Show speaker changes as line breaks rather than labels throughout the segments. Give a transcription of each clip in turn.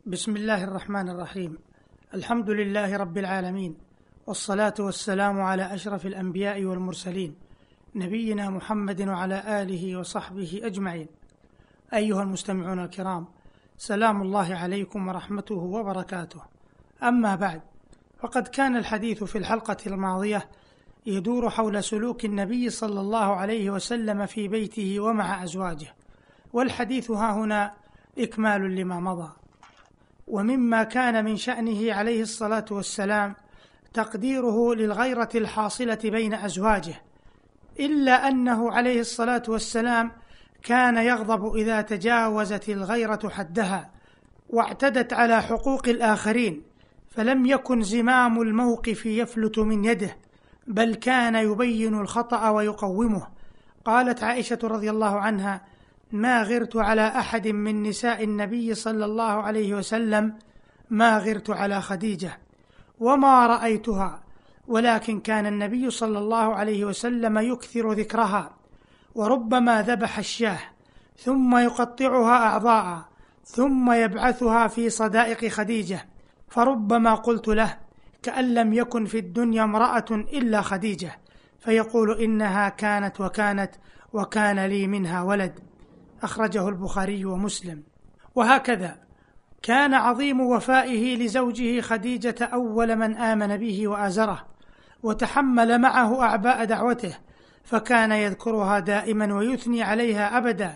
بسم الله الرحمن الرحيم. الحمد لله رب العالمين، والصلاة والسلام على أشرف الأنبياء والمرسلين نبينا محمد وعلى آله وصحبه أجمعين. أيها المستمعون الكرام، سلام الله عليكم ورحمته وبركاته. أما بعد، فقد كان الحديث في الحلقة الماضية يدور حول سلوك النبي صلى الله عليه وسلم في بيته ومع أزواجه، والحديث ها هنا إكمال لما مضى. ومما كان من شأنه عليه الصلاة والسلام تقديره للغيرة الحاصلة بين أزواجه، إلا أنه عليه الصلاة والسلام كان يغضب إذا تجاوزت الغيرة حدها واعتدت على حقوق الآخرين، فلم يكن زمام الموقف يفلت من يده، بل كان يبين الخطأ ويقومه. قالت عائشة رضي الله عنها: ما غرت على أحد من نساء النبي صلى الله عليه وسلم ما غرت على خديجة وما رأيتها، ولكن كان النبي صلى الله عليه وسلم يكثر ذكرها، وربما ذبح الشاه ثم يقطعها أعضاء ثم يبعثها في صدائق خديجة، فربما قلت له: كأن لم يكن في الدنيا امرأة إلا خديجة، فيقول: إنها كانت وكانت وكان لي منها ولد. أخرجه البخاري ومسلم. وهكذا كان عظيم وفائه لزوجه خديجة أول من آمن به وآزره، وتحمل معه أعباء دعوته، فكان يذكرها دائما ويثني عليها أبدا،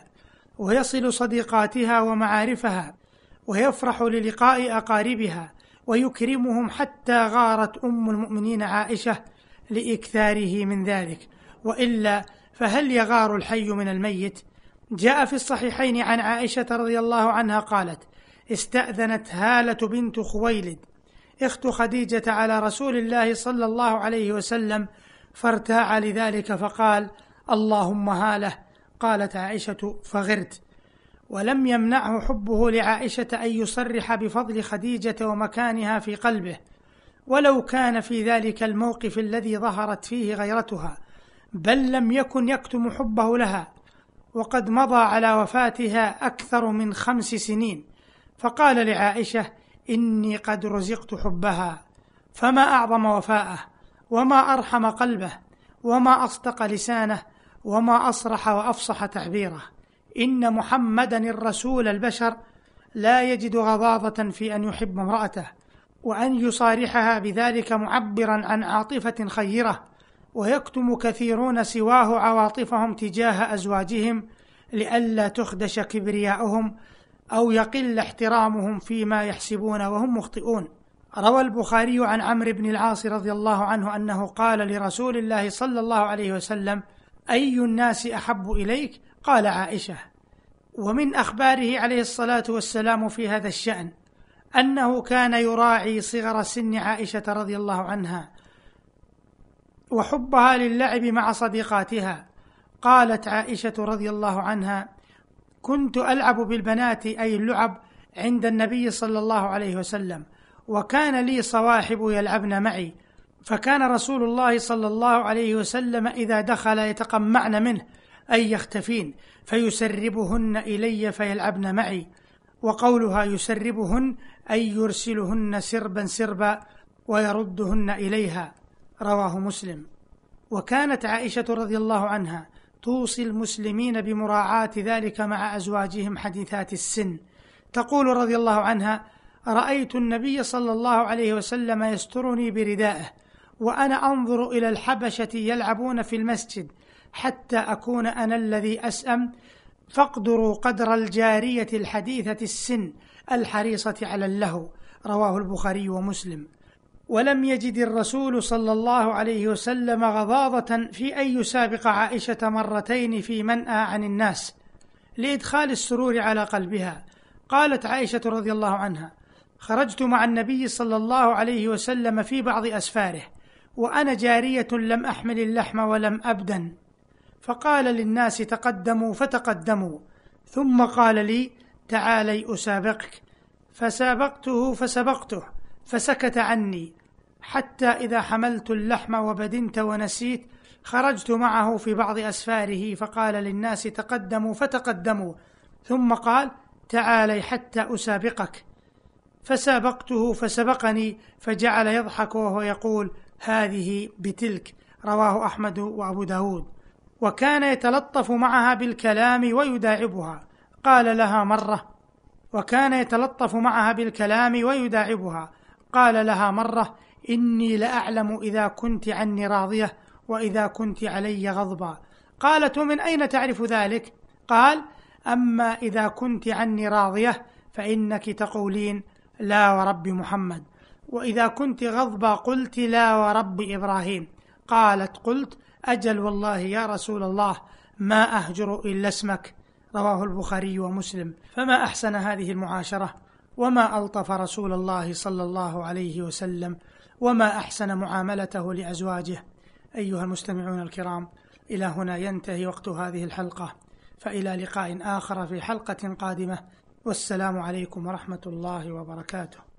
ويصل صديقاتها ومعارفها، ويفرح للقاء أقاربها ويكرمهم، حتى غارت أم المؤمنين عائشة لإكثاره من ذلك، وإلا فهل يغار الحي من الميت؟ جاء في الصحيحين عن عائشة رضي الله عنها قالت: استأذنت هالة بنت خويلد اخت خديجة على رسول الله صلى الله عليه وسلم، فارتاع لذلك فقال: اللهم هالة. قالت عائشة: فغرت. ولم يمنعه حبه لعائشة أن يصرح بفضل خديجة ومكانها في قلبه، ولو كان في ذلك الموقف الذي ظهرت فيه غيرتها، بل لم يكن يكتم حبه لها، وقد مضى على وفاتها أكثر من 5 سنين، فقال لعائشة: إني قد رزقت حبها. فما أعظم وفاءه، وما أرحم قلبه، وما أصدق لسانه، وما أصرح وأفصح تعبيره. إن محمدا الرسول البشر لا يجد غضاضة في أن يحب امرأته، وأن يصارحها بذلك معبرا عن عاطفة خيرة، ويكتم كثيرون سواه عواطفهم تجاه أزواجهم لئلا تخدش كبرياؤهم أو يقل احترامهم فيما يحسبون وهم مخطئون. روى البخاري عن عمرو بن العاص رضي الله عنه أنه قال لرسول الله صلى الله عليه وسلم: أي الناس أحب إليك؟ قال: عائشة. ومن أخباره عليه الصلاة والسلام في هذا الشأن أنه كان يراعي صغر سن عائشة رضي الله عنها وحبها للعب مع صديقاتها. قالت عائشة رضي الله عنها: كنت ألعب بالبنات، أي اللعب، عند النبي صلى الله عليه وسلم، وكان لي صواحب يلعبن معي، فكان رسول الله صلى الله عليه وسلم إذا دخل يتقمعن منه، أي يختفين، فيسربهن إلي فيلعبن معي. وقولها يسربهن أي يرسلهن سربا سربا ويردهن إليها. رواه مسلم. وكانت عائشة رضي الله عنها توصي المسلمين بمراعاة ذلك مع أزواجهم حديثات السن. تقول رضي الله عنها: رأيت النبي صلى الله عليه وسلم يسترني بردائه وأنا أنظر إلى الحبشة يلعبون في المسجد حتى أكون أنا الذي أسأم، فاقدروا قدر الجارية الحديثة السن الحريصة على اللهو. رواه البخاري ومسلم. ولم يجد الرسول صلى الله عليه وسلم غضاضة في أن يسابق عائشة مرتين في منأى عن الناس لإدخال السرور على قلبها. قالت عائشة رضي الله عنها: خرجت مع النبي صلى الله عليه وسلم في بعض أسفاره وأنا جارية لم أحمل اللحم ولم أبدن، فقال للناس: تقدموا، فتقدموا، ثم قال لي: تعالي أسابقك، فسابقته فسبقته، فسكت عني، حتى إذا حملت اللحم وبدنت ونسيت خرجت معه في بعض أسفاره، فقال للناس: تقدموا، فتقدموا، ثم قال: تعالي حتى أسابقك، فسابقته فسبقني فجعل يضحك وهو يقول: هذه بتلك. رواه أحمد وأبو داود. وكان يتلطف معها بالكلام ويداعبها. قال لها مرة: إني لأعلم إذا كنت عني راضية وإذا كنت علي غضبا. قالت: ومن أين تعرف ذلك؟ قال: أما إذا كنت عني راضية فإنك تقولين: لا ورب محمد، وإذا كنت غضبا قلت: لا ورب إبراهيم. قالت: قلت: أجل والله يا رسول الله ما أهجر إلا اسمك. رواه البخاري ومسلم. فما أحسن هذه المعاشرة، وما ألطف رسول الله صلى الله عليه وسلم، وما أحسن معاملته لأزواجه. أيها المستمعون الكرام، إلى هنا ينتهي وقت هذه الحلقة، فإلى لقاء آخر في حلقة قادمة، والسلام عليكم ورحمة الله وبركاته.